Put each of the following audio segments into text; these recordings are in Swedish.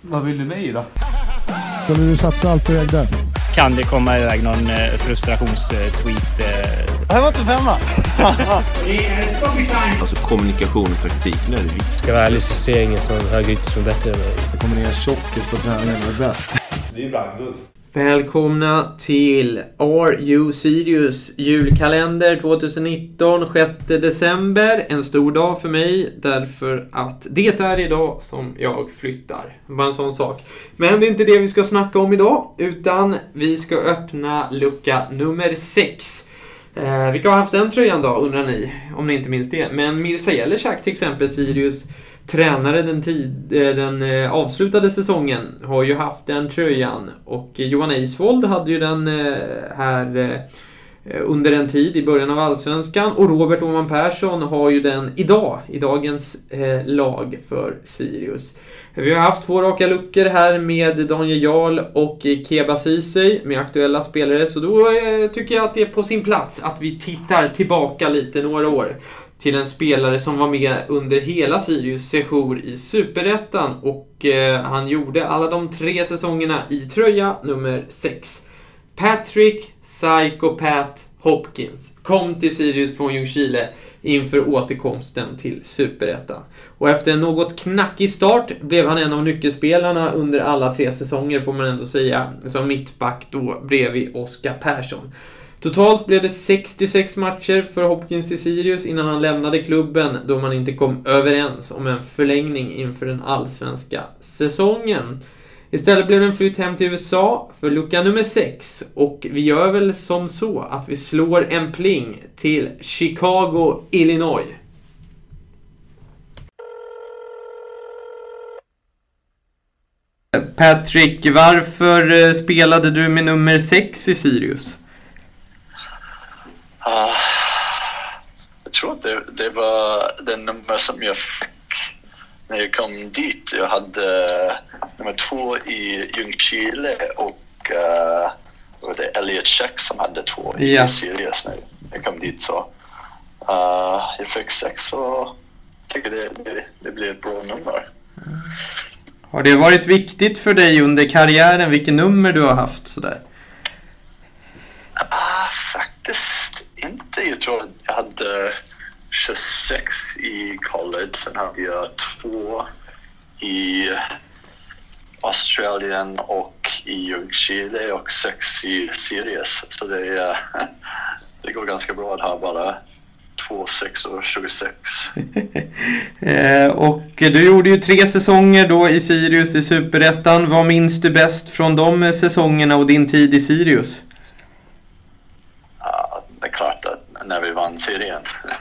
Vad vill du med i då? Skulle du satsa allt på ägg där? Kan det komma iväg någon frustrationstweet? Det här var inte femma. Alltså kommunikation och taktik, nu är det viktigt. Ska vara ärlig så ser jag ingen som högerytter som är bättre än mig. Det kommer ner tjockis på träningen och är bäst. Det är ju brandguld. Välkomna till Are You Serious julkalender 2019, 6 december. En stor dag för mig därför att det är idag som jag flyttar. Bara en sån sak. Men det är inte det vi ska snacka om idag, utan vi ska öppna lucka nummer 6. Vilka har haft den tröjan då, undrar ni, om ni inte minns det. Men Mirza Jelisak till exempel, Sirius tränare den avslutade säsongen, har ju haft den tröjan. Och Johan Eisvold hade ju den här under en tid i början av Allsvenskan. Och Robert Åhman Persson har ju den idag, i dagens lag för Sirius. Vi har haft 2 raka luckor här med Daniel Jarl och Keba Ceesay med aktuella spelare. Så då tycker jag att det är på sin plats att vi tittar tillbaka lite några år till en spelare som var med under hela Sirius sejour i Superettan. Och han gjorde alla de 3 säsongerna i tröja nummer 6. Patrick Psychopath Hopkins kom till Sirius från Ljungskile inför återkomsten till Superettan. Och efter en något knackig start blev han en av nyckelspelarna under alla 3 säsonger, får man ändå säga, som mittback då bredvid Oskar Persson. Totalt blev det 66 matcher för Hopkins i Sirius innan han lämnade klubben, då man inte kom överens om en förlängning inför den allsvenska säsongen. Istället blev det en flytt hem till USA för lucka nummer 6, och vi gör väl som så att vi slår en pling till Chicago, Illinois. Patrick, varför spelade du med nummer 6 i Sirius? Jag tror att det var den nummer som jag fick när jag kom dit. Jag hade nummer 2 i Ljungskile och det var Elliot Check som hade 2 i Sirius när jag kom dit. Så jag fick 6 och tycker det blir ett bra nummer. Har det varit viktigt för dig under karriären vilken nummer du har haft sådär? Faktiskt inte. Jag tror att jag hade 26 i college. Sen hade jag 2 i Australien och i Ljungskile och 6 i Sirius. Så det går ganska bra att ha bara 2, 6 och 26. Och du gjorde ju 3 säsonger då i Sirius i Superettan. Vad minns du bäst från de säsongerna och din tid i Sirius? Ja, det är klart att när vi vann serien.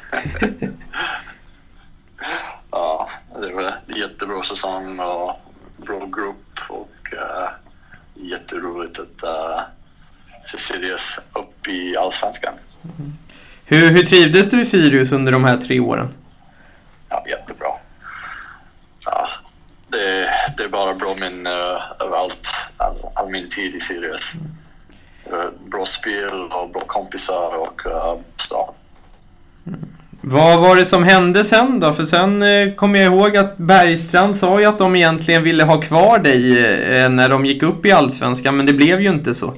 Ja, det var en jättebra säsong och bra grupp och jätteroligt att se Sirius upp i Allsvenskan. Hur trivdes du i Sirius under de här 3 åren? Ja, jättebra. Ja, det är bara bra minne av all min tid i Sirius. Bra spel och bra kompisar och så. Vad var det som hände sen då? För sen kommer jag ihåg att Bergstrand sa ju att de egentligen ville ha kvar dig när de gick upp i Allsvenskan, men det blev ju inte så.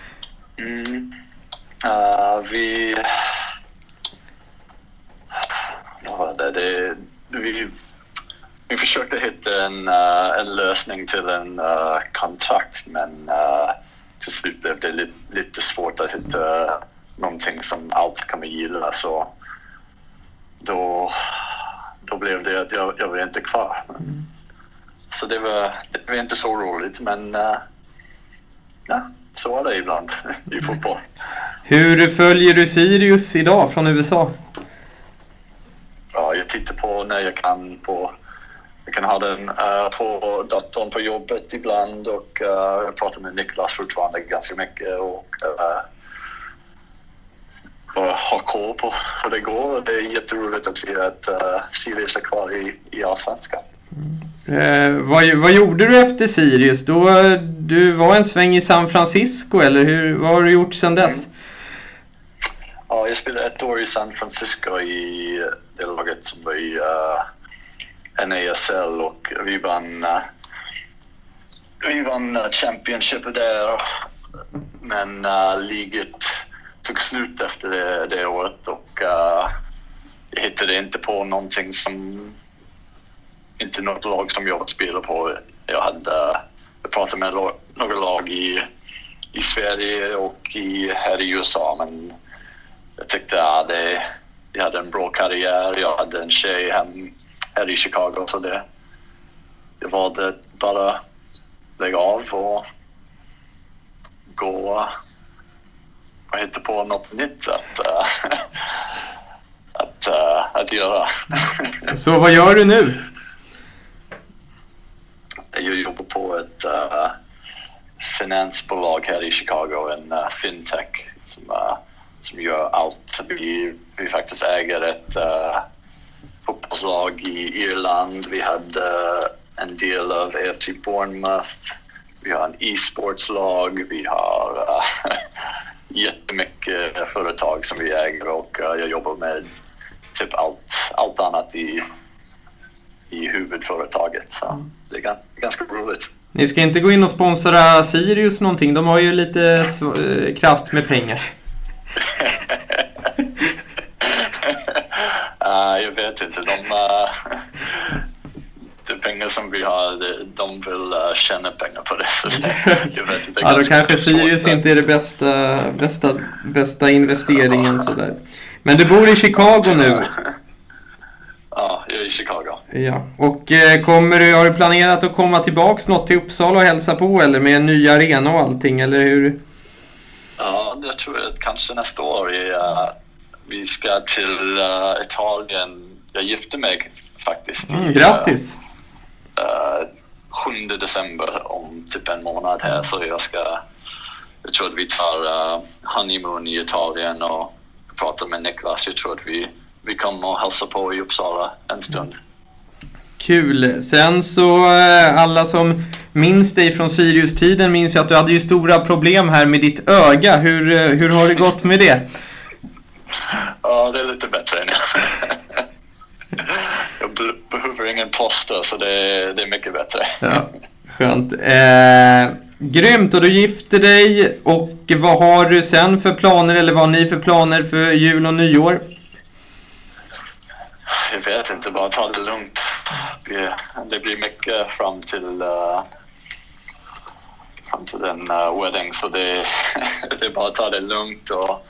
Vi försökte hitta en lösning till en kontrakt, men till slut blev det lite svårt att hitta någonting som allt kan gilla, så då blev det att jag var inte kvar. Så det var inte så roligt, men ja, så är det ibland i fotboll. Hur följer du Sirius idag från USA? Ja, jag tittar på när jag kan jag kan ha den på datorn på jobbet ibland, och jag pratar med Niklas fortfarande ganska mycket och ha koll på hur det går. Det är jätteroligt att se att Sirius är kvar i Allsvenskan. Vad gjorde du efter Sirius? Du var en sväng i San Francisco, eller vad har du gjort sedan dess? Ja, jag spelade 1 år i San Francisco i det laget som var i NASL, och vi vann vi vann Championship där, men liget tog slut efter det året och jag hittade inte på någonting som inte något lag som jag spelar på. Jag pratade med några lag i Sverige och här i USA, men jag tyckte jag hade en bra karriär. Jag hade en tjej här i Chicago, så det var bara lägga av och gå och hitta på något nytt att göra. Så vad gör du nu? Jag jobbar på ett finansbolag här i Chicago, en fintech som gör allt. Vi faktiskt äger ett fotbollslag i Irland. Vi hade en del av FC Bournemouth. Vi har en e-sportslag. Vi har jättemycket företag som vi äger, och jag jobbar med typ allt annat i huvudföretaget. Så det är ganska roligt. Ni ska inte gå in och sponsra Sirius någonting. De har ju lite krasst med pengar. Jag vet inte. De pengar som vi har, de vill tjäna pengar på det. Så jag vet inte. Ja, då kanske Sirius inte är det bästa investeringen. Sådär. Men du bor i Chicago nu. Ja, jag är i Chicago. Ja. Och har du planerat att komma tillbaks något till Uppsala och hälsa på, eller med en ny arena och allting, eller hur? Ja, jag tror att kanske nästa år. Vi ska till Italien. Jag gifte mig faktiskt. Grattis! 7 december om typ en månad här, så jag tror att vi tar honeymoon i Italien och pratar med Niklas. Jag tror att vi kommer och hälsa på i Uppsala en stund. Kul. Sen så alla som minns dig från Sirius-tiden minns ju att du hade ju stora problem här med ditt öga. Hur har det gått med det? Ja, det är lite bättre nu. Jag behöver ingen plåster, så det är mycket bättre. Ja, skönt. Grymt, och du gifter dig, och vad har du sen för planer, eller vad har ni för planer för jul och nyår? Jag vet inte, bara ta det lugnt. Det blir mycket fram till den wedding, så det är bara att ta det lugnt och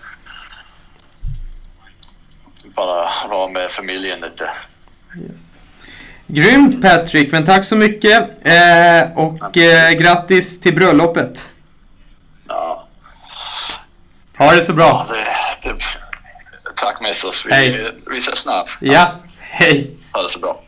bara vara med familjen lite. Yes. Grymt, Patrick, men tack så mycket och grattis till bröllopet. Ja. Ha det så bra. Tack med oss. Vi ses snart. Ja, hej. Ha det så bra.